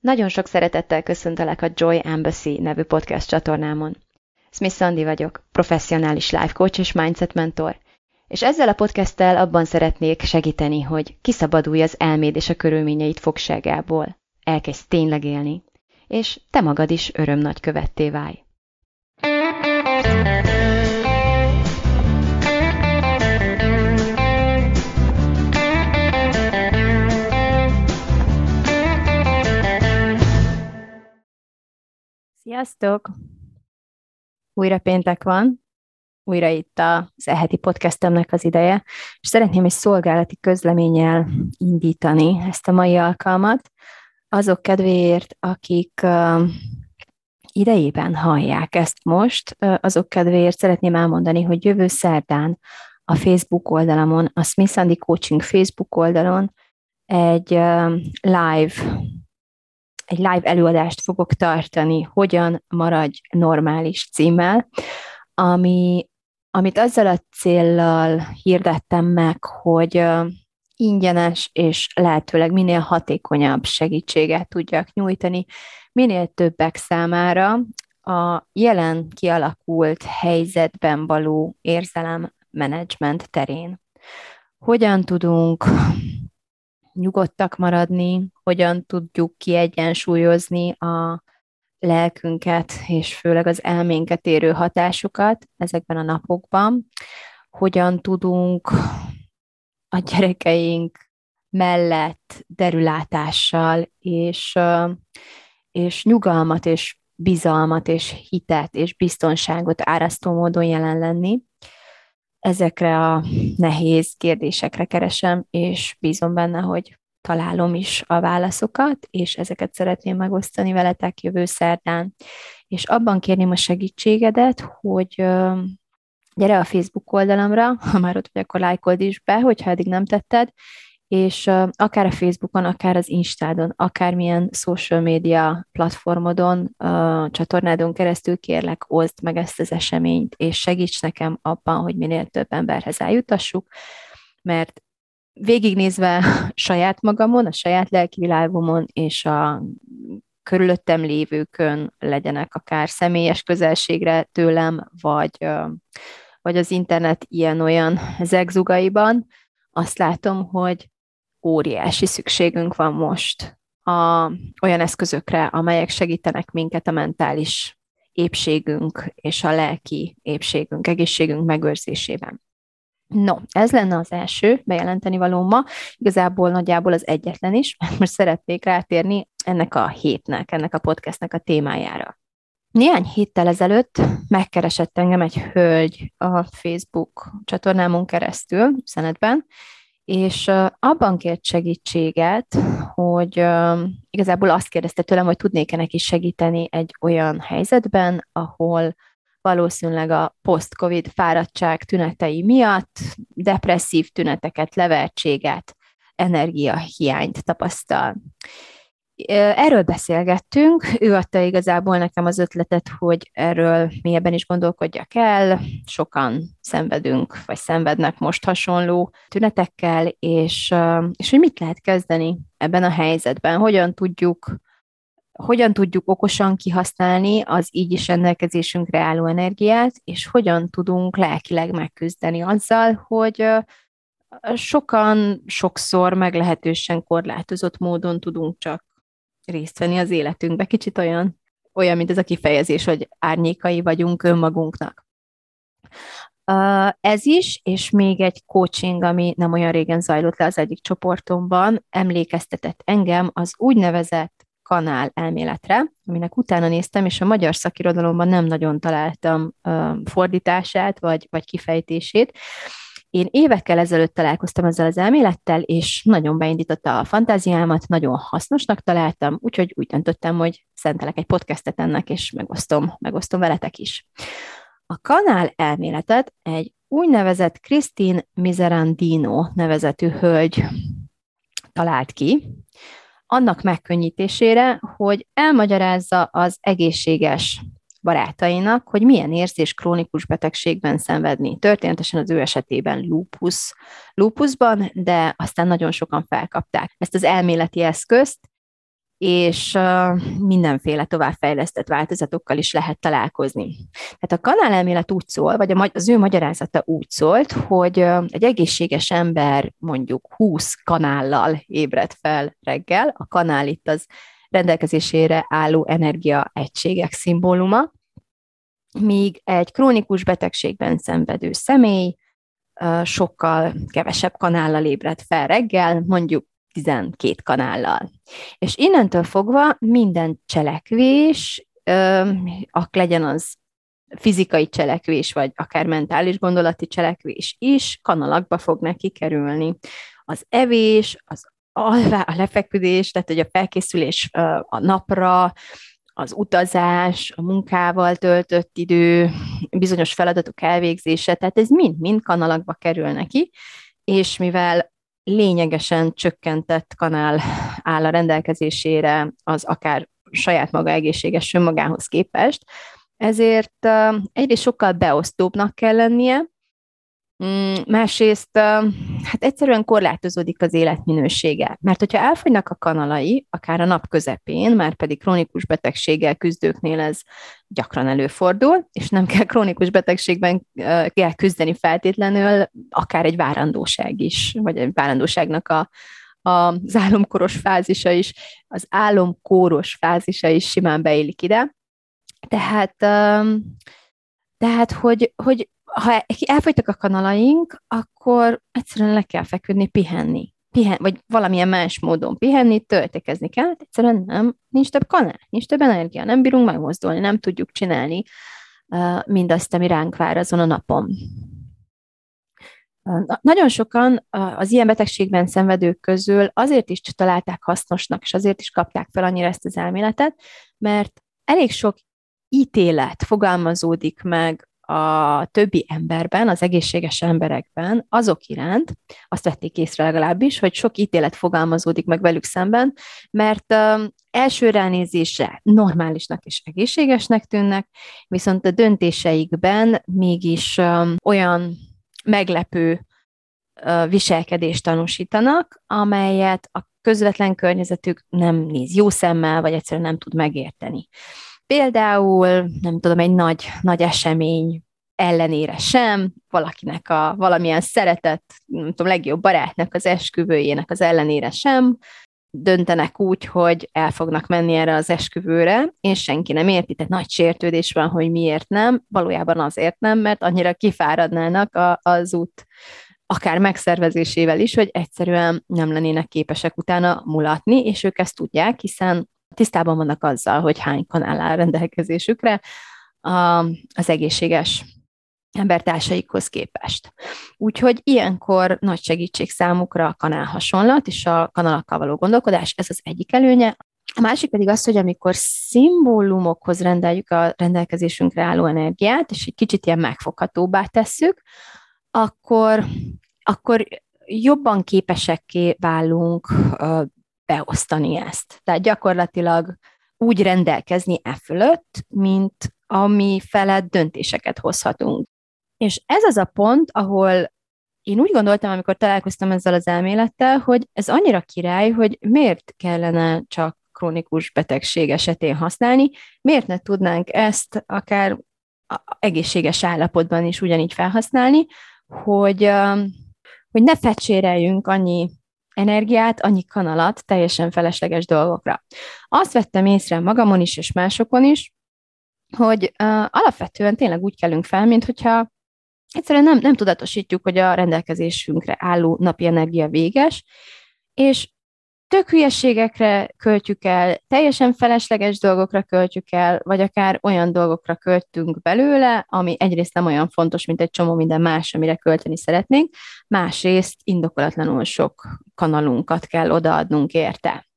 Nagyon sok szeretettel köszöntelek a Joy Embassy nevű podcast csatornámon. Smith Andi vagyok, professzionális life coach és mindset mentor, és ezzel a podcasttel abban szeretnék segíteni, hogy kiszabadulj az elméd és a körülményeid fogságából, elkezdj tényleg élni, és te magad is örömnagykövetté válj. Sziasztok! Újra péntek van, újra itt az e-heti podcastemnek az ideje, és szeretném egy szolgálati közleménnyel indítani ezt a mai alkalmat, azok kedvéért, akik idejében hallják ezt most, azok kedvéért szeretném elmondani, hogy jövő szerdán a Facebook oldalamon, a Smith Andi Coaching Facebook oldalon egy live előadást fogok tartani, hogyan maradj normális címmel, amit azzal a céllal hirdettem meg, hogy ingyenes és lehetőleg minél hatékonyabb segítséget tudjak nyújtani minél többek számára a jelen kialakult helyzetben való érzelemmenedzsment terén. Hogyan tudunk nyugodtak maradni, hogyan tudjuk kiegyensúlyozni a lelkünket, és főleg az elménket érő hatásokat ezekben a napokban, hogyan tudunk a gyerekeink mellett derülátással, és nyugalmat, és bizalmat, és hitet, és biztonságot árasztó módon jelen lenni. Ezekre a nehéz kérdésekre keresem, és bízom benne, hogy találom is a válaszokat, és ezeket szeretném megosztani veletek jövő szerdán. És abban kérném a segítségedet, hogy gyere a Facebook oldalamra, ha már ott vagy, akkor lájkold is be, hogyha eddig nem tetted, és akár a Facebookon, akár az Instádon, akármilyen social media platformodon, csatornádon keresztül kérlek, oszd meg ezt az eseményt, és segíts nekem abban, hogy minél több emberhez eljutassuk, mert végignézve saját magamon, a saját lelkivilágomon és a körülöttem lévőkön, legyenek akár személyes közelségre tőlem, vagy az internet ilyen-olyan zegzugaiban, azt látom, hogy óriási szükségünk van most olyan eszközökre, amelyek segítenek minket a mentális épségünk és a lelki épségünk, egészségünk megőrzésében. No, ez lenne az első bejelenteni valóm ma, igazából nagyjából az egyetlen is, mert most szeretnék rátérni ennek a hétnek, ennek a podcastnek a témájára. Néhány héttel ezelőtt megkeresett engem egy hölgy a Facebook csatornámon keresztül, üzenetben, és abban kért segítséget, hogy igazából azt kérdezte tőlem, hogy tudnék-e neki segíteni egy olyan helyzetben, ahol valószínűleg a post-covid fáradtság tünetei miatt depresszív tüneteket, levertséget, energiahiányt tapasztal. Erről beszélgettünk, ő adta igazából nekem az ötletet, hogy erről mélyebben is gondolkodjak el, sokan szenvedünk, vagy szenvednek most hasonló tünetekkel, és hogy mit lehet kezdeni ebben a helyzetben, hogyan tudjuk okosan kihasználni az így is rendelkezésünkre álló energiát, és hogyan tudunk lelkileg megküzdeni azzal, hogy sokszor meglehetősen korlátozott módon tudunk csak részt venni az életünkbe. Kicsit olyan, mint ez a kifejezés, hogy árnyékai vagyunk önmagunknak. Ez is, és még egy coaching, ami nem olyan régen zajlott le az egyik csoportomban, emlékeztetett engem az úgynevezett kanál elméletre, aminek utána néztem, és a magyar szakirodalomban nem nagyon találtam fordítását, vagy kifejtését. Én évekkel ezelőtt találkoztam ezzel az elmélettel, és nagyon beindította a fantáziámat, nagyon hasznosnak találtam, úgyhogy úgy döntöttem, hogy szentelek egy podcastet ennek, és megosztom veletek is. A kanál elméletet egy úgynevezett Christine Miserandino nevezetű hölgy talált ki, annak megkönnyítésére, hogy elmagyarázza az egészséges barátainak, hogy milyen érzés krónikus betegségben szenvedni. Történetesen az ő esetében lúpuszban, de aztán nagyon sokan felkapták ezt az elméleti eszközt, és mindenféle továbbfejlesztett változatokkal is lehet találkozni. Tehát a kanálelmélet úgy szól, vagy az ő magyarázata úgy szólt, hogy egy egészséges ember mondjuk 20 kanállal ébred fel reggel, a kanál itt az rendelkezésére álló energiaegységek szimbóluma, míg egy krónikus betegségben szenvedő személy sokkal kevesebb kanállal ébred fel reggel, mondjuk 12 kanállal. És innentől fogva minden cselekvés, legyen az fizikai cselekvés, vagy akár mentális gondolati cselekvés is kanalakba fog neki kerülni. Az evés, a lefeküdés, tehát hogy a felkészülés a napra, az utazás, a munkával töltött idő, bizonyos feladatok elvégzése, tehát ez mind-mind kanalakba kerül neki, és mivel lényegesen csökkentett kanál áll a rendelkezésére az akár saját maga egészséges önmagához képest, ezért egyrészt sokkal beosztóbbnak kell lennie, másrészt hát egyszerűen korlátozódik az életminősége, mert hogyha elfogynak a kanalai, akár a nap közepén, már pedig krónikus betegséggel küzdőknél ez gyakran előfordul, és nem kell krónikus betegségben kell küzdeni feltétlenül, akár egy várandóság is, vagy egy várandóságnak az álomkoros fázisa is, az álomkóros fázisa is simán beillik ide. Tehát hogy ha elfogytak a kanalaink, akkor egyszerűen le kell feküdni, pihenni. Vagy valamilyen más módon pihenni, töltekezni kell, egyszerűen nincs több kanál, nincs több energia, nem bírunk megmozdulni, nem tudjuk csinálni mindazt, ami ránk vár azon a napon. Nagyon sokan az ilyen betegségben szenvedők közül azért is találták hasznosnak, és azért is kapták fel annyira ezt az elméletet, mert elég sok ítélet fogalmazódik meg a többi emberben, az egészséges emberekben azok iránt, azt vették észre legalábbis, hogy sok ítélet fogalmazódik meg velük szemben, mert első ránézésre normálisnak és egészségesnek tűnnek, viszont a döntéseikben mégis olyan meglepő viselkedést tanúsítanak, amelyet a közvetlen környezetük nem néz jó szemmel, vagy egyszerűen nem tud megérteni. Például, nem tudom, egy nagy esemény ellenére sem, valakinek valamilyen szeretett, nem tudom, legjobb barátnak az esküvőjének az ellenére sem, döntenek úgy, hogy el fognak menni erre az esküvőre, és senki nem érti, tehát nagy sértődés van, hogy miért nem, valójában azért nem, mert annyira kifáradnának az út akár megszervezésével is, hogy egyszerűen nem lennének képesek utána mulatni, és ők ezt tudják, hiszen tisztában vannak azzal, hogy hány kanál áll rendelkezésükre az egészséges embertársaikhoz képest. Úgyhogy ilyenkor nagy segítség számukra a kanál hasonlat és a kanalakkal való gondolkodás, ez az egyik előnye. A másik pedig az, hogy amikor szimbólumokhoz rendeljük a rendelkezésünkre álló energiát, és egy kicsit ilyen megfoghatóbbá tesszük, akkor jobban képesekké válunk beosztani ezt. Tehát gyakorlatilag úgy rendelkezni fölött, mint ami felett döntéseket hozhatunk. És ez az a pont, ahol én úgy gondoltam, amikor találkoztam ezzel az elmélettel, hogy ez annyira király, hogy miért kellene csak krónikus betegség esetén használni, miért ne tudnánk ezt akár egészséges állapotban is ugyanígy felhasználni, hogy ne fecséreljünk annyi energiát, annyi kanalat teljesen felesleges dolgokra. Azt vettem észre magamon is, és másokon is, hogy alapvetően tényleg úgy kellünk fel, mint hogyha egyszerűen nem tudatosítjuk, hogy a rendelkezésünkre álló napi energia véges, és tök hülyeségekre költjük el, teljesen felesleges dolgokra költjük el, vagy akár olyan dolgokra költünk belőle, ami egyrészt nem olyan fontos, mint egy csomó minden más, amire költeni szeretnénk, másrészt indokolatlanul sok kanalunkat kell odaadnunk érte.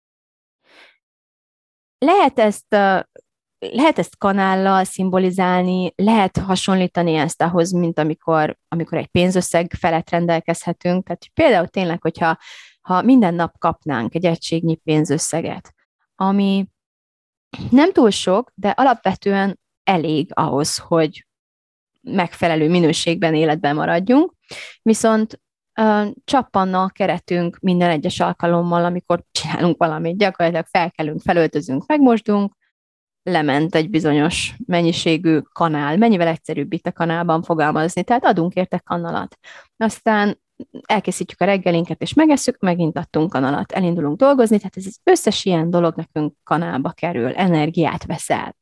Lehet ezt kanállal szimbolizálni, lehet hasonlítani ezt ahhoz, mint amikor egy pénzösszeg felett rendelkezhetünk. Tehát például tényleg, hogyha minden nap kapnánk egy egységnyi pénzösszeget, ami nem túl sok, de alapvetően elég ahhoz, hogy megfelelő minőségben életben maradjunk, viszont Csappanna a keretünk minden egyes alkalommal, amikor csinálunk valamit, gyakorlatilag felkelünk, felöltözünk, megmosdunk, lement egy bizonyos mennyiségű kanál. Mennyivel egyszerűbb itt a kanálban fogalmazni, tehát adunk érte kanalat. Aztán elkészítjük a reggelinket, és megesszük, megint adtunk kanalat, elindulunk dolgozni, tehát ez az összes ilyen dolog nekünk kanálba kerül, energiát veszel.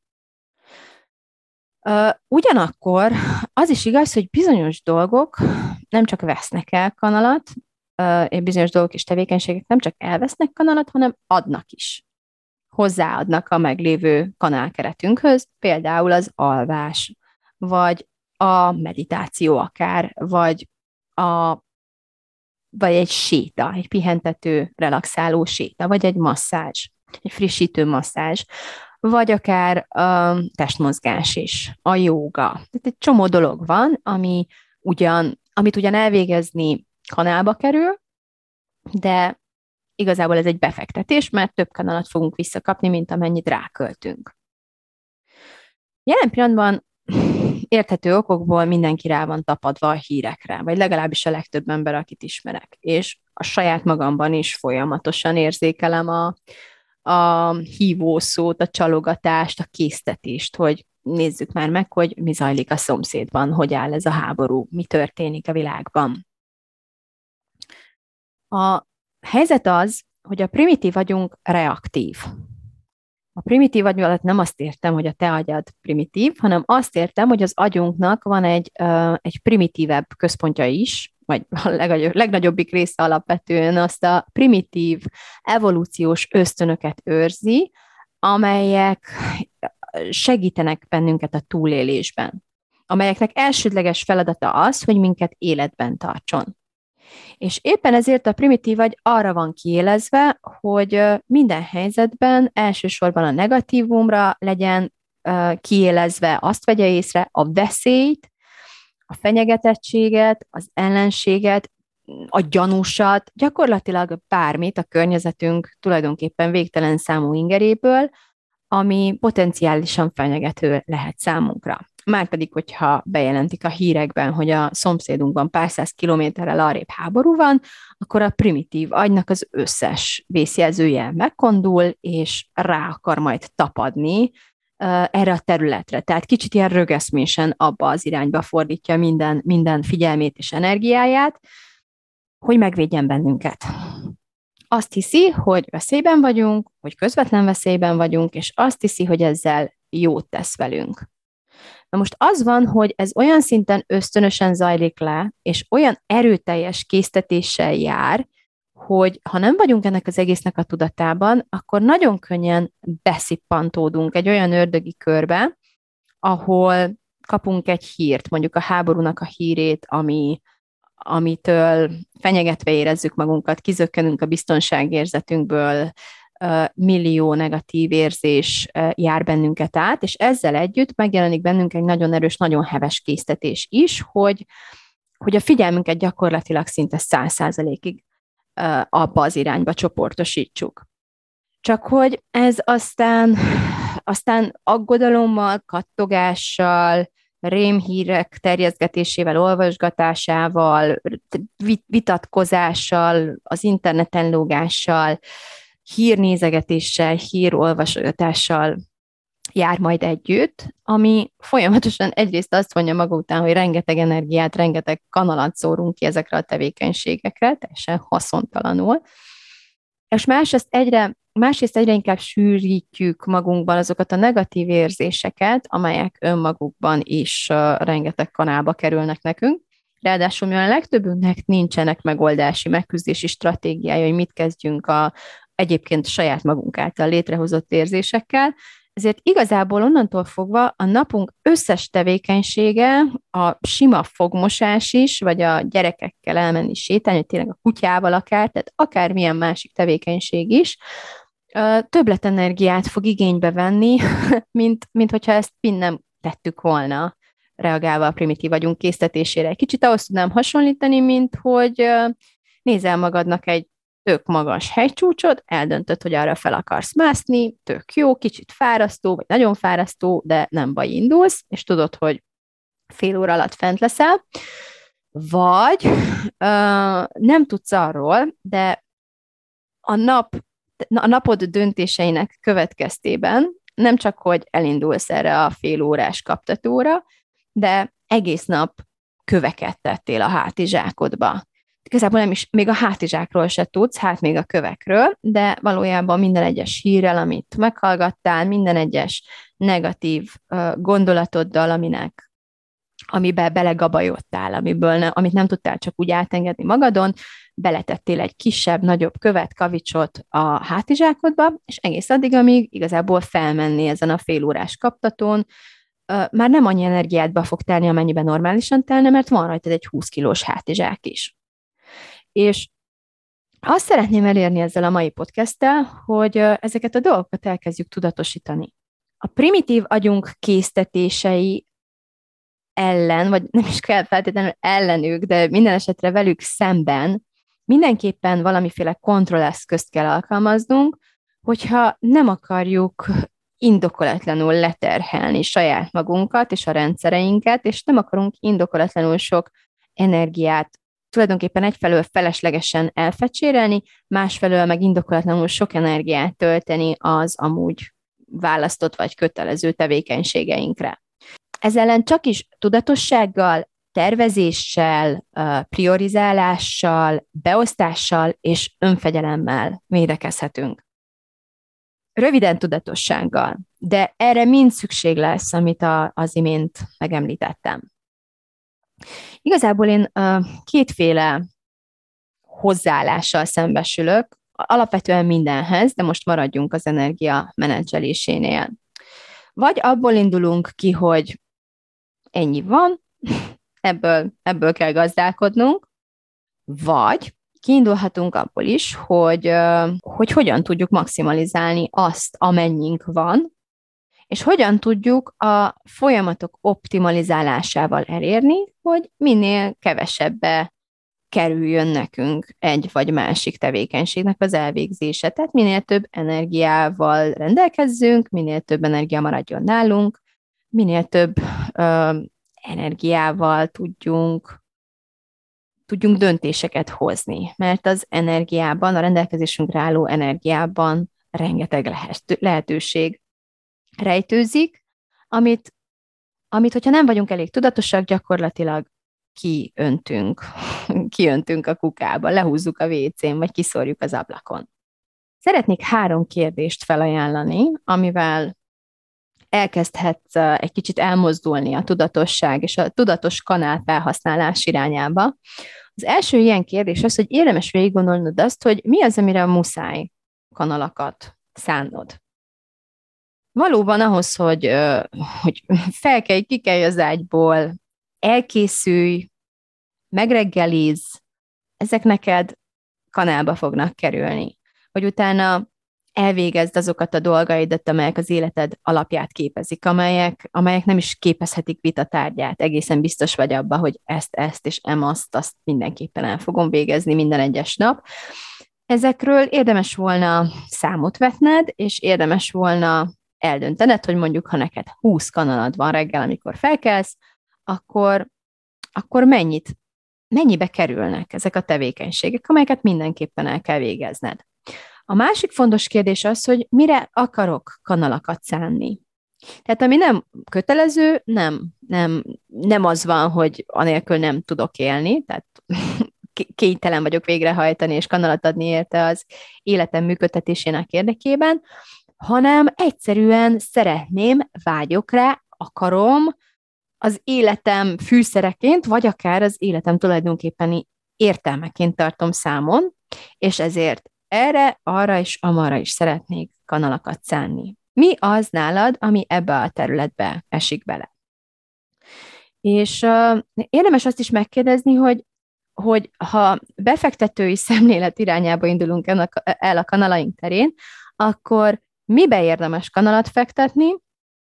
Ugyanakkor az is igaz, hogy bizonyos dolgok nem csak vesznek el kanalat, bizonyos dolgok és tevékenységek nem csak elvesznek kanalat, hanem adnak is. Hozzáadnak a meglévő kanálkeretünkhöz, például az alvás, vagy a meditáció akár, vagy egy séta, egy pihentető, relaxáló séta, vagy egy masszázs, egy frissítő masszázs, vagy akár testmozgás is, a jóga. Tehát egy csomó dolog van, amit ugyan elvégezni kanálba kerül, de igazából ez egy befektetés, mert több kanalat fogunk visszakapni, mint amennyit ráköltünk. Jelen pillanatban érthető okokból mindenki rá van tapadva a hírekre, vagy legalábbis a legtöbb ember, akit ismerek. És a saját magamban is folyamatosan érzékelem a hívószót, a csalogatást, a késztetést, hogy nézzük már meg, hogy mi zajlik a szomszédban, hogy áll ez a háború, mi történik a világban. A helyzet az, hogy a primitív agyunk reaktív. A primitív agy alatt nem azt értem, hogy a te agyad primitív, hanem azt értem, hogy az agyunknak van egy primitívebb központja is, vagy a legnagyobbik része alapvetően azt a primitív evolúciós ösztönöket őrzi, amelyek segítenek bennünket a túlélésben, amelyeknek elsődleges feladata az, hogy minket életben tartson. És éppen ezért a primitív agy arra van kiélezve, hogy minden helyzetben elsősorban a negatívumra legyen kiélezve, azt vegye észre a veszélyt, a fenyegetettséget, az ellenséget, a gyanúsat, gyakorlatilag bármit a környezetünk tulajdonképpen végtelen számú ingeréből, ami potenciálisan fenyegető lehet számunkra. Márpedig, hogyha bejelentik a hírekben, hogy a szomszédunkban pár száz kilométerrel arrébb háború van, akkor a primitív agynak az összes vészjelzője megkondul, és rá akar majd tapadni erre a területre. Tehát kicsit ilyen rögeszmésen abba az irányba fordítja minden figyelmét és energiáját, hogy megvédjen bennünket. Azt hiszi, hogy veszélyben vagyunk, hogy közvetlen veszélyben vagyunk, és azt hiszi, hogy ezzel jót tesz velünk. Na most az van, hogy ez olyan szinten ösztönösen zajlik le, és olyan erőteljes késztetéssel jár, hogy ha nem vagyunk ennek az egésznek a tudatában, akkor nagyon könnyen beszippantódunk egy olyan ördögi körbe, ahol kapunk egy hírt, mondjuk a háborúnak a hírét, amitől fenyegetve érezzük magunkat, kizökkenünk a biztonságérzetünkből, millió negatív érzés jár bennünket át, és ezzel együtt megjelenik bennünk egy nagyon erős, nagyon heves késztetés is, hogy a figyelmünket gyakorlatilag szinte 100%-ig abba az irányba csoportosítsuk. Csak hogy ez aztán aggodalommal, kattogással, rémhírek terjeszgetésével, olvasgatásával, vitatkozással, az interneten lógással, hírnézegetéssel, hírolvasgatással jár majd együtt, ami folyamatosan egyrészt azt vonja maga után, hogy rengeteg energiát, rengeteg kanalat szórunk ki ezekre a tevékenységekre, teljesen haszontalanul, és másrészt egyre inkább sűrítjük magunkban azokat a negatív érzéseket, amelyek önmagukban is rengeteg kanálba kerülnek nekünk. Ráadásul mivel a legtöbbünknek nincsenek megoldási, megküzdési stratégiája, hogy mit kezdjünk egyébként saját magunk által létrehozott érzésekkel, ezért igazából onnantól fogva a napunk összes tevékenysége, a sima fogmosás is, vagy a gyerekekkel elmenni sétálni, vagy tényleg a kutyával akár, tehát akármilyen másik tevékenység is, többletenergiát fog igénybe venni, mint hogyha ezt nem tettük volna, reagálva a primitív vagyunk késztetésére. Egy kicsit ahhoz tudnám hasonlítani, mint hogy nézel magadnak egy tök magas hegycsúcsot, eldöntöd, hogy arra fel akarsz mászni, tök jó, kicsit fárasztó, vagy nagyon fárasztó, de nem baj, indulsz, és tudod, hogy fél óra alatt fent leszel, Vagy nem tudsz arról, de a napod döntéseinek következtében nem csak, hogy elindulsz erre a fél órás kaptatóra, de egész nap köveket tettél a hátizsákodba. Igazából nem is, még a hátizsákról se tudsz, hát még a kövekről, de valójában minden egyes hírrel, amit meghallgattál, minden egyes negatív gondolatoddal, amiben belegabajodtál, amit nem tudtál csak úgy átengedni magadon, beletettél egy kisebb, nagyobb követ, kavicsot a hátizsákodba, és egész addig, amíg igazából felmenni ezen a fél órás kaptatón, már nem annyi energiádba fog telni, amennyiben normálisan telne, mert van rajtad egy 20 kilós hátizsák is. És azt szeretném elérni ezzel a mai podcasttel, hogy ezeket a dolgokat elkezdjük tudatosítani. A primitív agyunk késztetései ellen, vagy nem is kell feltétlenül ellenük, de minden esetre velük szemben mindenképpen valamiféle kontrolleszközt kell alkalmaznunk, hogyha nem akarjuk indokolatlanul leterhelni saját magunkat és a rendszereinket, és nem akarunk indokolatlanul sok energiát tulajdonképpen egyfelől feleslegesen elfecsérelni, másfelől meg indokolatlanul sok energiát tölteni az amúgy választott vagy kötelező tevékenységeinkre. Ez ellen csak is tudatossággal, tervezéssel, priorizálással, beosztással és önfegyelemmel védekezhetünk. Röviden tudatossággal, de erre mind szükség lesz, amit az imént megemlítettem. Igazából én kétféle hozzáállással szembesülök, alapvetően mindenhez, de most maradjunk az energia menedzselésénél. Vagy abból indulunk ki, hogy ennyi van, ebből kell gazdálkodnunk, vagy kiindulhatunk abból is, hogy hogyan tudjuk maximalizálni azt, amennyink van, és hogyan tudjuk a folyamatok optimalizálásával elérni, hogy minél kevesebbe kerüljön nekünk egy vagy másik tevékenységnek az elvégzése. Tehát minél több energiával rendelkezzünk, minél több energia maradjon nálunk, minél több energiával tudjunk döntéseket hozni, mert az energiában, a rendelkezésünkre álló energiában rengeteg lehetőség rejtőzik, amit, hogyha nem vagyunk elég tudatosak, gyakorlatilag kiöntünk a kukába, lehúzzuk a WC-n, vagy kiszórjuk az ablakon. Szeretnék 3 kérdést felajánlani, amivel elkezdhetsz egy kicsit elmozdulni a tudatosság és a tudatos kanál felhasználás irányába. Az első ilyen kérdés az, hogy érdemes végig gondolnod azt, hogy mi az, amire muszáj kanalakat szánnod. Valóban ahhoz, hogy felkelj, kikelj az ágyból, elkészülj, megreggelizz, ezek neked kanálba fognak kerülni. Hogy utána elvégezd azokat a dolgaidat, amelyek az életed alapját képezik, amelyek nem is képezhetik vitatárgyát. Egészen biztos vagy abban, hogy ezt és azt mindenképpen el fogom végezni minden egyes nap. Ezekről érdemes volna számot vetned, és érdemes volna eldöntened, hogy mondjuk, ha neked 20 kanalad van reggel, amikor felkelsz, akkor mennyibe kerülnek ezek a tevékenységek, amelyeket mindenképpen el kell végezned. A másik fontos kérdés az, hogy mire akarok kanalakat szánni. Tehát ami nem kötelező, nem az van, hogy anélkül nem tudok élni, tehát kénytelen vagyok végrehajtani és kanalat adni érte az életem működtetésének érdekében, hanem egyszerűen szeretném, vágyok rá, akarom az életem fűszereként, vagy akár az életem tulajdonképpeni értelmeként tartom számon, és ezért erre, arra és amarra is szeretnék kanalakat szánni. Mi az nálad, ami ebbe a területbe esik bele? És érdemes azt is megkérdezni, hogy ha befektetői szemlélet irányába indulunk el a kanalaink terén, akkor mibe érdemes kanalat fektetni,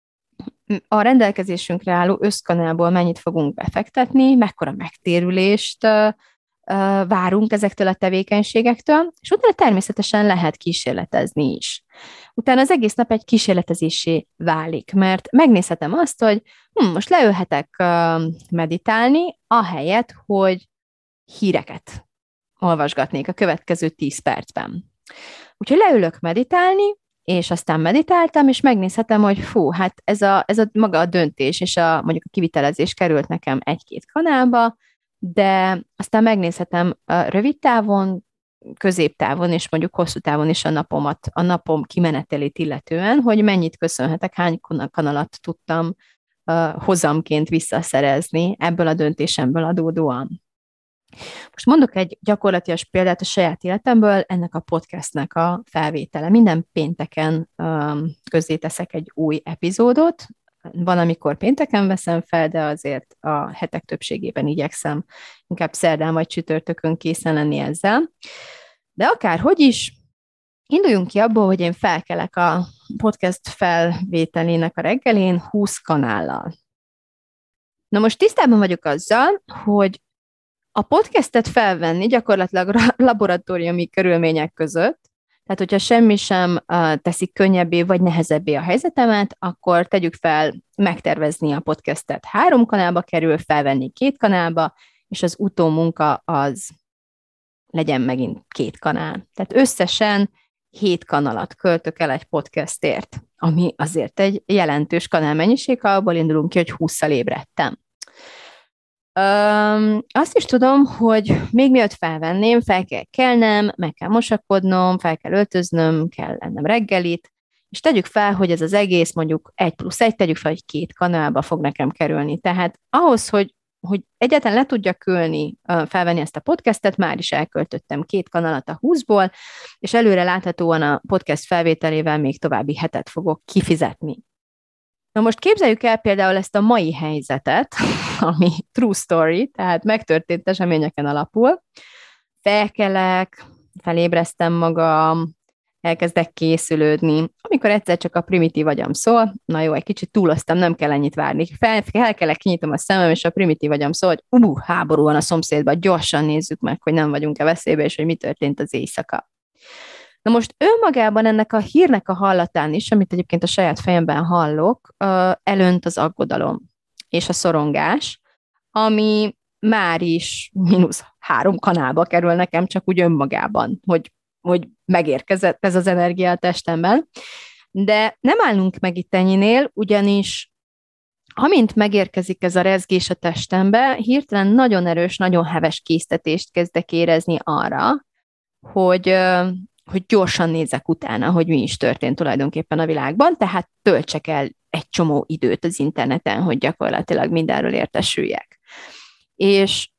a rendelkezésünkre álló összkanálból mennyit fogunk befektetni, mekkora megtérülést várunk ezektől a tevékenységektől, és utána természetesen lehet kísérletezni is. Utána az egész nap egy kísérletezésé válik, mert megnézhetem azt, hogy most leülhetek meditálni, ahelyett, hogy híreket olvasgatnék a következő 10 percben. Úgyhogy leülök meditálni, és aztán meditáltam, és megnézhetem, hogy hát ez a maga a döntés, és mondjuk a kivitelezés került nekem 1-2 kanálba, de aztán megnézhetem rövid távon, középtávon, és mondjuk hosszú távon is a napom kimenetelét illetően, hogy mennyit köszönhetek, hány kanalat tudtam hozamként visszaszerezni ebből a döntésemből adódóan. Most mondok egy gyakorlatias példát a saját életemből, ennek a podcastnek a felvétele. Minden pénteken közzéteszek egy új epizódot, van, amikor pénteken veszem fel, de azért a hetek többségében igyekszem inkább szerdán vagy csütörtökön készen lenni ezzel. De akárhogy is, induljunk ki abból, hogy én felkelek a podcast felvételének a reggelén 20 kanállal. Na most tisztában vagyok azzal, hogy a podcastet felvenni gyakorlatilag laboratóriumi körülmények között, tehát hogyha semmi sem teszik könnyebbé vagy nehezebbé a helyzetemet, akkor tegyük fel megtervezni a podcastet 3 kanálba kerül, felvenni 2 kanálba, és az utómunka az legyen megint 2 kanál. Tehát összesen 7 kanalat költök el egy podcastért, ami azért egy jelentős kanálmennyiség, abból indulunk ki, hogy 20-szal ébredtem. Azt is tudom, hogy még mielőtt felvenném, fel kell kelnem, meg kell mosakodnom, fel kell öltöznöm, kell lennem reggelit, és tegyük fel, hogy ez az egész mondjuk 1+1, tegyük fel, hogy 2 kanálba fog nekem kerülni. Tehát ahhoz, hogy egyáltalán le tudjak ülni, felvenni ezt a podcastet, már is elköltöttem 2 kanalat a 20-ból, és előre láthatóan a podcast felvételével még további hetet fogok kifizetni. Na most képzeljük el például ezt a mai helyzetet, ami true story, tehát megtörtént eseményeken alapul. Felkelek, felébreztem magam, elkezdek készülődni. Amikor egyszer csak a primitív agyam szól, na jó, egy kicsit túloztam, nem kell ennyit várni. Felkelek, kinyitom a szemem, és a primitív agyam szól, hogy háború van a szomszédban, gyorsan nézzük meg, hogy nem vagyunk-e veszélybe, és hogy mi történt az éjszaka. Na most önmagában ennek a hírnek a hallatán is, amit egyébként a saját fejemben hallok, elönt az aggodalom és a szorongás, ami már is -3 kanálba kerül nekem csak úgy önmagában, hogy megérkezett ez az energia a testemben. De nem állunk meg itt ennyinél, ugyanis amint megérkezik ez a rezgés a testembe, hirtelen nagyon erős, nagyon heves késztetést kezdek érezni arra, hogy gyorsan nézek utána, hogy mi is történt tulajdonképpen a világban, tehát töltsek el egy csomó időt az interneten, hogy gyakorlatilag mindenről értesüljek. És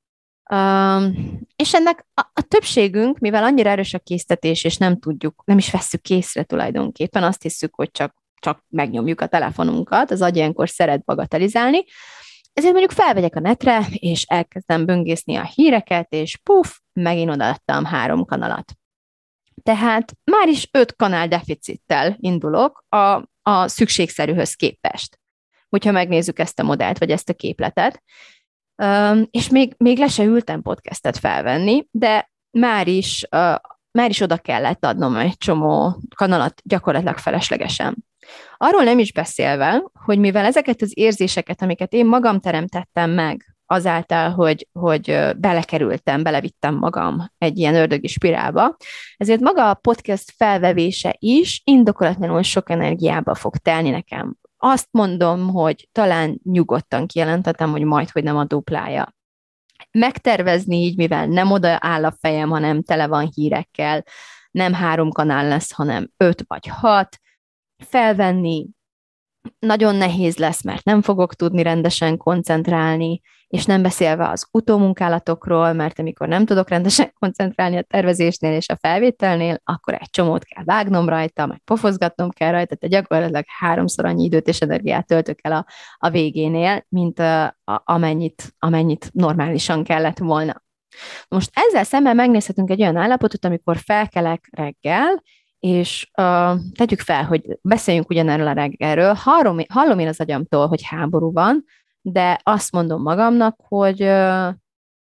ennek a többségünk, mivel annyira erős a késztetés, és nem tudjuk, nem is vesszük észre tulajdonképpen, azt hiszük, hogy csak megnyomjuk a telefonunkat, az agy ilyenkor szeret bagatelizálni, ezért mondjuk felvegyek a netre, és elkezdem böngészni a híreket, és megint odaadtam 3 kanalat. Tehát már is 5 kanál deficittel indulok a szükségszerűhöz képest, hogyha megnézzük ezt a modellt, vagy ezt a képletet. És még le se ültem podcastet felvenni, de már is oda kellett adnom egy csomó kanalat gyakorlatilag feleslegesen. Arról nem is beszélve, hogy mivel ezeket az érzéseket, amiket én magam teremtettem meg, azáltal, hogy belevittem magam egy ilyen ördögi spirálba, ezért maga a podcast felvevése is indokolatlanul sok energiába fog telni nekem. Azt mondom, hogy talán nyugodtan kijelentetem, hogy majdhogy nem a duplája. Megtervezni így, mivel nem oda áll a fejem, hanem tele van hírekkel, nem 3 kanál lesz, hanem 5 vagy 6, felvenni nagyon nehéz lesz, mert nem fogok tudni rendesen koncentrálni, és nem beszélve az utómunkálatokról, mert amikor nem tudok rendesen koncentrálni a tervezésnél és a felvételnél, akkor egy csomót kell vágnom rajta, meg pofozgatnom kell rajta, tehát gyakorlatilag 3-szor annyi időt és energiát töltök el a végénél, mint amennyit normálisan kellett volna. Most ezzel szemben megnézhetünk egy olyan állapotot, amikor felkelek reggel, és tegyük fel, hogy beszéljünk ugyanerről a reggelről, hallom én az agyamtól, hogy háború van, de azt mondom magamnak, hogy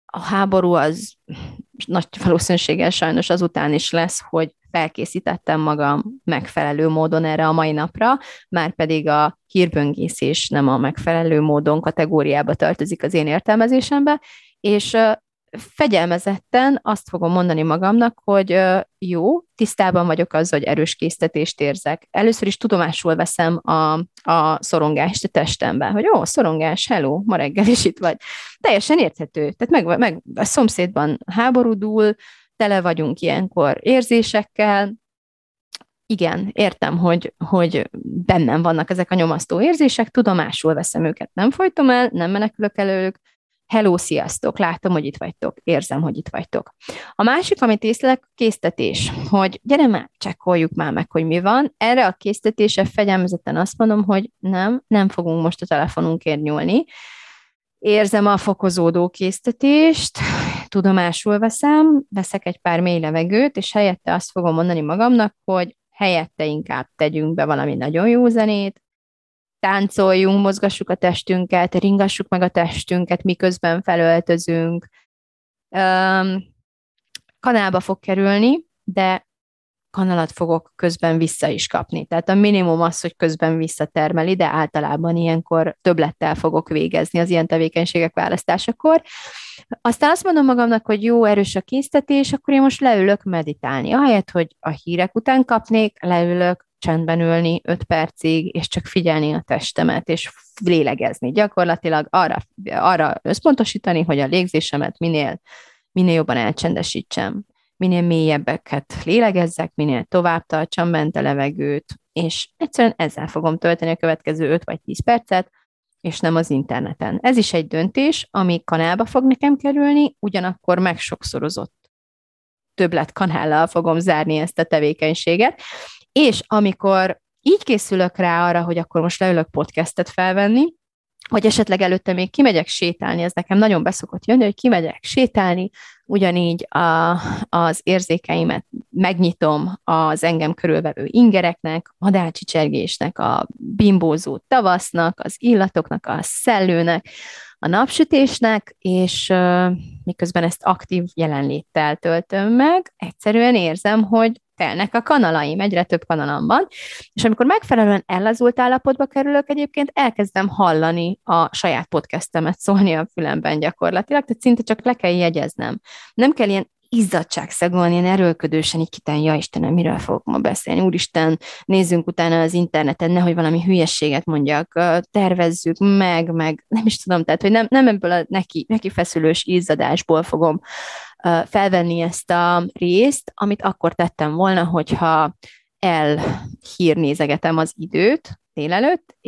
A háború az nagy valószínűséggel sajnos azután is lesz, hogy felkészítettem magam megfelelő módon erre a mai napra, már pedig a hírböngészés nem a megfelelő módon kategóriába tartozik az én értelmezésembe, és fegyelmezetten azt fogom mondani magamnak, hogy jó, tisztában vagyok azzal, hogy erős késztetést érzek. Először is tudomásul veszem a szorongást a testemben, hogy ó, szorongás, hello, ma reggel is itt vagy. Teljesen érthető. Tehát meg a szomszédban háború dúl, tele vagyunk ilyenkor érzésekkel. Igen, értem, hogy bennem vannak ezek a nyomasztó érzések, tudomásul veszem őket, nem folytom el, nem menekülök előlük. Hello, sziasztok, látom, hogy itt vagytok, érzem, hogy itt vagytok. A másik, amit észlelek, a késztetés, hogy gyere már, csekkoljuk már meg, hogy mi van. Erre a késztetésre fegyelmezetten azt mondom, hogy nem fogunk most a telefonunkért nyúlni. Érzem a fokozódó késztetést, tudomásul veszek egy pár mély levegőt, és helyette azt fogom mondani magamnak, hogy helyette inkább tegyünk be valami nagyon jó zenét, táncoljunk, mozgassuk a testünket, ringassuk meg a testünket, miközben felöltözünk. Kanálba fog kerülni, de kanalat fogok közben vissza is kapni. Tehát a minimum az, hogy közben visszatermeli, de általában ilyenkor többlettel fogok végezni az ilyen tevékenységek választásakor. Aztán azt mondom magamnak, hogy jó, erős a késztetés, akkor én most leülök meditálni. Ahelyett, hogy a hírek után kapnék, leülök csendben ülni 5 percig, és csak figyelni a testemet, és lélegezni. Gyakorlatilag arra összpontosítani, hogy a légzésemet minél jobban elcsendesítsem, minél mélyebbeket lélegezzek, minél tovább tartsam bent a levegőt, és egyszerűen ezzel fogom tölteni a következő 5 vagy 10 percet, és nem az interneten. Ez is egy döntés, ami kanálba fog nekem kerülni, ugyanakkor megsokszorozott többlet kanállal fogom zárni ezt a tevékenységet, és amikor így készülök rá arra, hogy akkor most leülök podcastet felvenni, vagy esetleg előtte még kimegyek sétálni, ez nekem nagyon beszokott jönni, hogy kimegyek sétálni, ugyanígy az érzékeimet megnyitom az engem körülvevő ingereknek, madárcsicsergésnek, a bimbózó tavasznak, az illatoknak, a szellőnek, a napsütésnek, és miközben ezt aktív jelenléttel töltöm meg, egyszerűen érzem, hogy telnek a kanalaim, egyre több kanalam van, és amikor megfelelően ellazult állapotba kerülök, egyébként elkezdem hallani a saját podcastemet szólni a fülemben gyakorlatilag, tehát szinte csak le kell jegyeznem. Nem kell ilyen izzadságszagolni, ilyen erőlködősen így kitálni, ja Istenem, miről fogok ma beszélni, úristen, nézzünk utána az interneten, nehogy valami hülyességet mondjak, tervezzük meg, nem is tudom, tehát, hogy nem ebből a neki feszülős izzadásból fogom felvenni ezt a részt, amit akkor tettem volna, hogyha elhírnézegetem az időt délelőtt,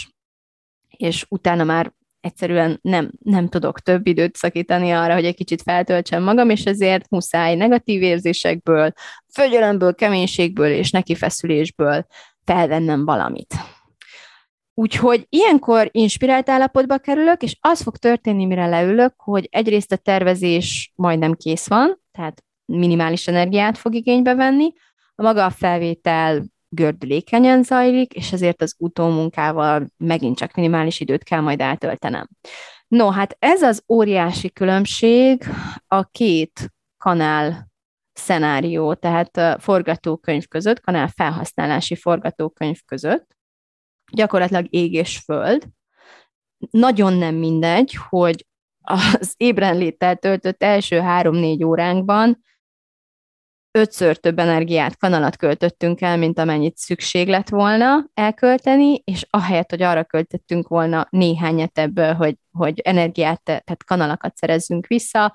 és utána már egyszerűen nem tudok több időt szakítani arra, hogy egy kicsit feltöltsem magam, és ezért muszáj negatív érzésekből, fegyelemből, keménységből és nekifeszülésből felvennem valamit. Úgyhogy ilyenkor inspirált állapotba kerülök, és az fog történni, mire leülök, hogy egyrészt a tervezés majdnem kész van, tehát minimális energiát fog igénybe venni, a maga a felvétel gördülékenyen zajlik, és ezért az utómunkával megint csak minimális időt kell majd eltöltenem. No, hát ez az óriási különbség a két kanál szenárió, tehát forgatókönyv között, kanál felhasználási forgatókönyv között, gyakorlatilag ég és föld. Nagyon nem mindegy, hogy az ébrenléttel töltött első 3-4 óránkban 5-ször több energiát, kanalat költöttünk el, mint amennyit szükség lett volna elkölteni, és ahelyett, hogy arra költöttünk volna néhányat ebből, hogy energiát, tehát kanalakat szerezzünk vissza,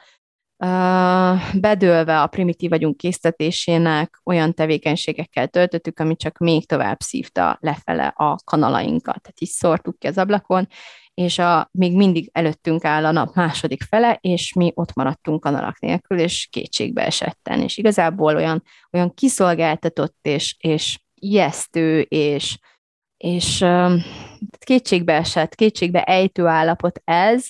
bedőlve a primitív agyunk késztetésének olyan tevékenységekkel töltöttük, ami csak még tovább szívta lefele a kanalainkat. Tehát így szórtuk ki az ablakon, és még mindig előttünk áll a nap második fele, és mi ott maradtunk kanalak nélkül, és kétségbe esetten. És igazából olyan kiszolgáltatott, és ijesztő, és kétségbe ejtő állapot ez,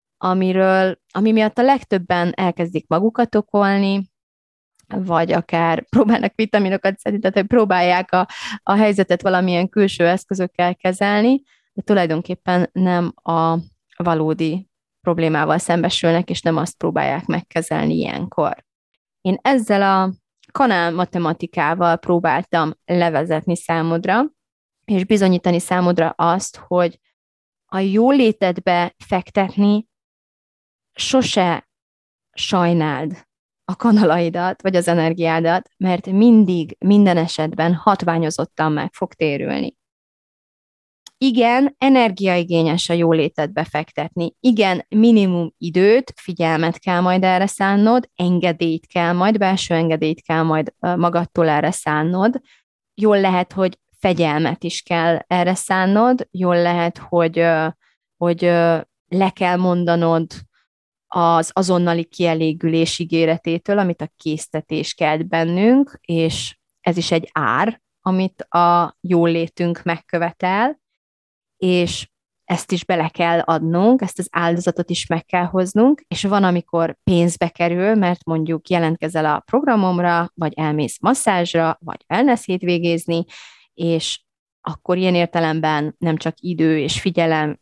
ami miatt a legtöbben elkezdik magukat okolni, vagy akár próbálnak vitaminokat szedni, tehát hogy próbálják a helyzetet valamilyen külső eszközökkel kezelni, de tulajdonképpen nem a valódi problémával szembesülnek, és nem azt próbálják megkezelni ilyenkor. Én ezzel a kanál matematikával próbáltam levezetni számodra, és bizonyítani számodra azt, hogy a jólétedbe fektetni sose sajnáld a kanalaidat, vagy az energiádat, mert mindig, minden esetben hatványozottan meg fog térülni. Igen, energiaigényes a jólétedbe fektetni. Igen, minimum időt, figyelmet kell majd erre szánnod, engedélyt kell majd, belső engedélyt kell majd magadtól erre szánnod. Jól lehet, hogy fegyelmet is kell erre szánnod, jól lehet, hogy le kell mondanod az azonnali kielégülés ígéretétől, amit a késztetés kelt bennünk, és ez is egy ár, amit a jólétünk megkövetel, és ezt is bele kell adnunk, ezt az áldozatot is meg kell hoznunk, és van, amikor pénzbe kerül, mert mondjuk jelentkezel a programomra, vagy elmész masszázsra, vagy wellness hétvégézni, és akkor ilyen értelemben nem csak idő és figyelem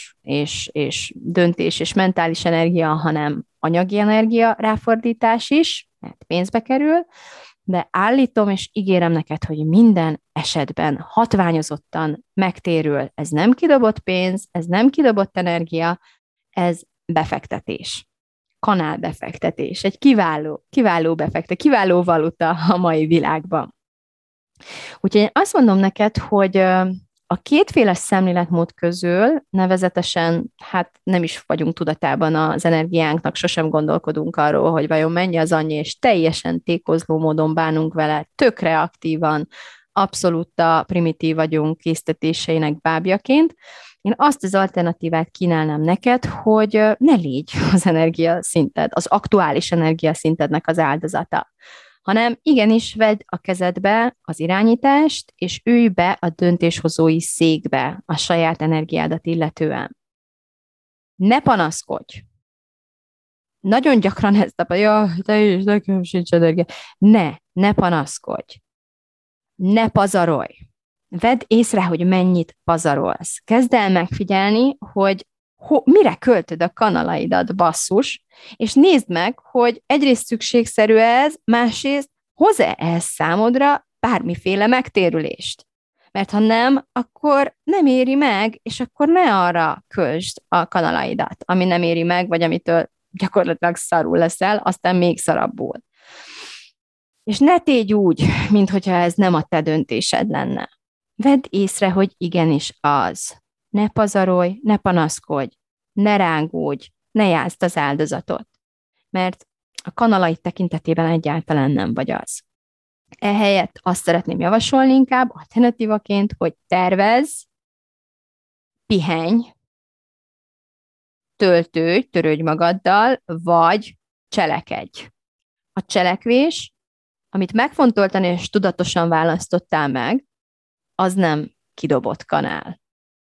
és döntés és mentális energia, hanem anyagi energia ráfordítás is, mert pénzbe kerül, de állítom és ígérem neked, hogy minden esetben hatványozottan megtérül. Ez nem kidobott pénz, ez nem kidobott energia, ez befektetés. Kanálbefektetés. Egy kiváló befektetés, kiváló valuta a mai világban. Úgyhogy én azt mondom neked, hogy a kétféle szemléletmód közül nevezetesen, hát nem is vagyunk tudatában az energiánknak, sosem gondolkodunk arról, hogy vajon mennyi az annyi, és teljesen tékozló módon bánunk vele, tök reaktívan, abszolút primitív vagyunk késztetéseinek bábjaként. Én azt az alternatívát kínálnám neked, hogy ne légy az energiaszinted, az aktuális energiaszintednek az áldozata, hanem igenis vedd a kezedbe az irányítást, és ülj be a döntéshozói székbe a saját energiádat illetően. Ne panaszkodj! Nagyon gyakran ezt tapasztalja, te is, nekem sincs energia. Ne panaszkodj! Ne pazarolj! Vedd észre, hogy mennyit pazarolsz. Kezd el megfigyelni, hogy mire költöd a kanalaidat, basszus, és nézd meg, hogy egyrészt szükségszerű ez, másrészt hoz-e ez számodra bármiféle megtérülést. Mert ha nem, akkor nem éri meg, és akkor ne arra költsd a kanalaidat, ami nem éri meg, vagy amitől gyakorlatilag szarul leszel, aztán még szarabbul. És ne tégy úgy, mintha ez nem a te döntésed lenne. Vedd észre, hogy igenis az. Ne pazarolj, ne panaszkodj, ne rángódj, ne játszd az áldozatot, mert a kanalaid tekintetében egyáltalán nem vagy az. Ehelyett azt szeretném javasolni inkább alternatívaként, hogy tervezz, pihenj, törődj magaddal, vagy cselekedj. A cselekvés, amit megfontoltan és tudatosan választottál meg, az nem kidobott kanál.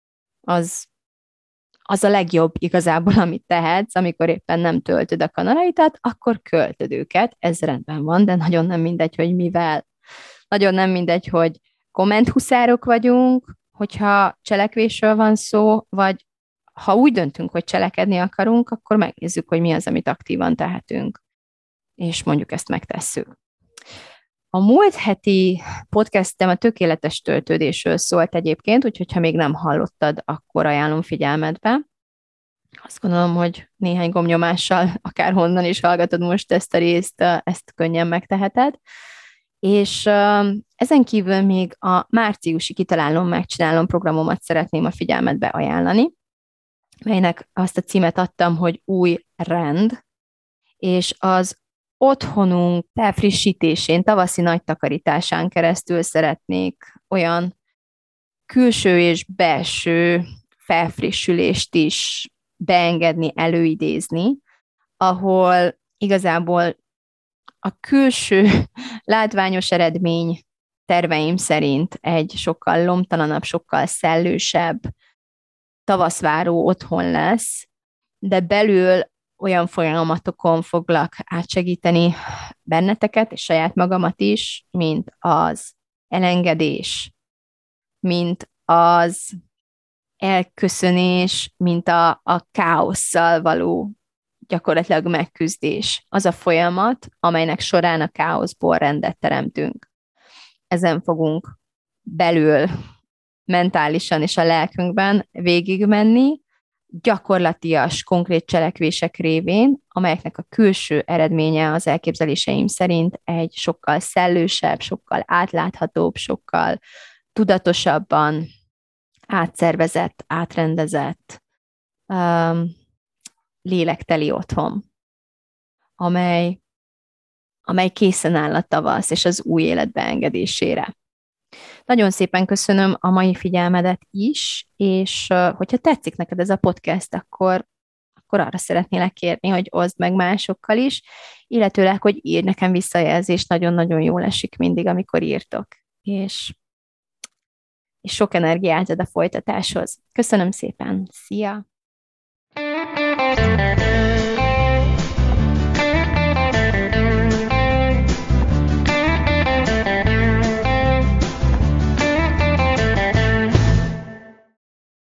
Az a legjobb igazából, amit tehetsz, amikor éppen nem töltöd a kanalaidat, akkor költöd őket, ez rendben van, de nagyon nem mindegy, hogy mivel. Nagyon nem mindegy, hogy kommenthuszárok vagyunk, hogyha cselekvésről van szó, vagy ha úgy döntünk, hogy cselekedni akarunk, akkor megnézzük, hogy mi az, amit aktívan tehetünk, és mondjuk ezt megtesszük. A múlt heti podcastem a tökéletes töltődésről szólt egyébként, úgyhogy ha még nem hallottad, akkor ajánlom figyelmetbe. Azt gondolom, hogy néhány gombnyomással akárhonnan is hallgatod most ezt a részt, ezt könnyen megteheted. És ezen kívül még a márciusi Kitalálom, Megcsinálom programomat szeretném a figyelmetbe ajánlani, melynek azt a címet adtam, hogy Új rend, és az otthonunk felfrissítésén, tavaszi nagy takarításán keresztül szeretnék olyan külső és belső felfrissülést is beengedni, előidézni, ahol igazából a külső látványos eredmény terveim szerint egy sokkal lomtalanabb, sokkal szellősebb, tavaszváró otthon lesz, de belül olyan folyamatokon foglak átsegíteni benneteket, és saját magamat is, mint az elengedés, mint az elköszönés, mint a káosszal való gyakorlatilag megküzdés. Az a folyamat, amelynek során a káoszból rendet teremtünk. Ezen fogunk belül mentálisan és a lelkünkben végigmenni, gyakorlatias, konkrét cselekvések révén, amelyeknek a külső eredménye az elképzeléseim szerint egy sokkal szellősebb, sokkal átláthatóbb, sokkal tudatosabban átszervezett, átrendezett, lélekteli otthon, amely készen áll a tavasz és az új élet beengedésére. Nagyon szépen köszönöm a mai figyelmedet is, és hogyha tetszik neked ez a podcast, akkor arra szeretnélek kérni, hogy oszd meg másokkal is, illetőleg, hogy írj nekem visszajelzést, nagyon-nagyon jól esik mindig, amikor írtok, és sok energiát ad a folytatáshoz. Köszönöm szépen, szia!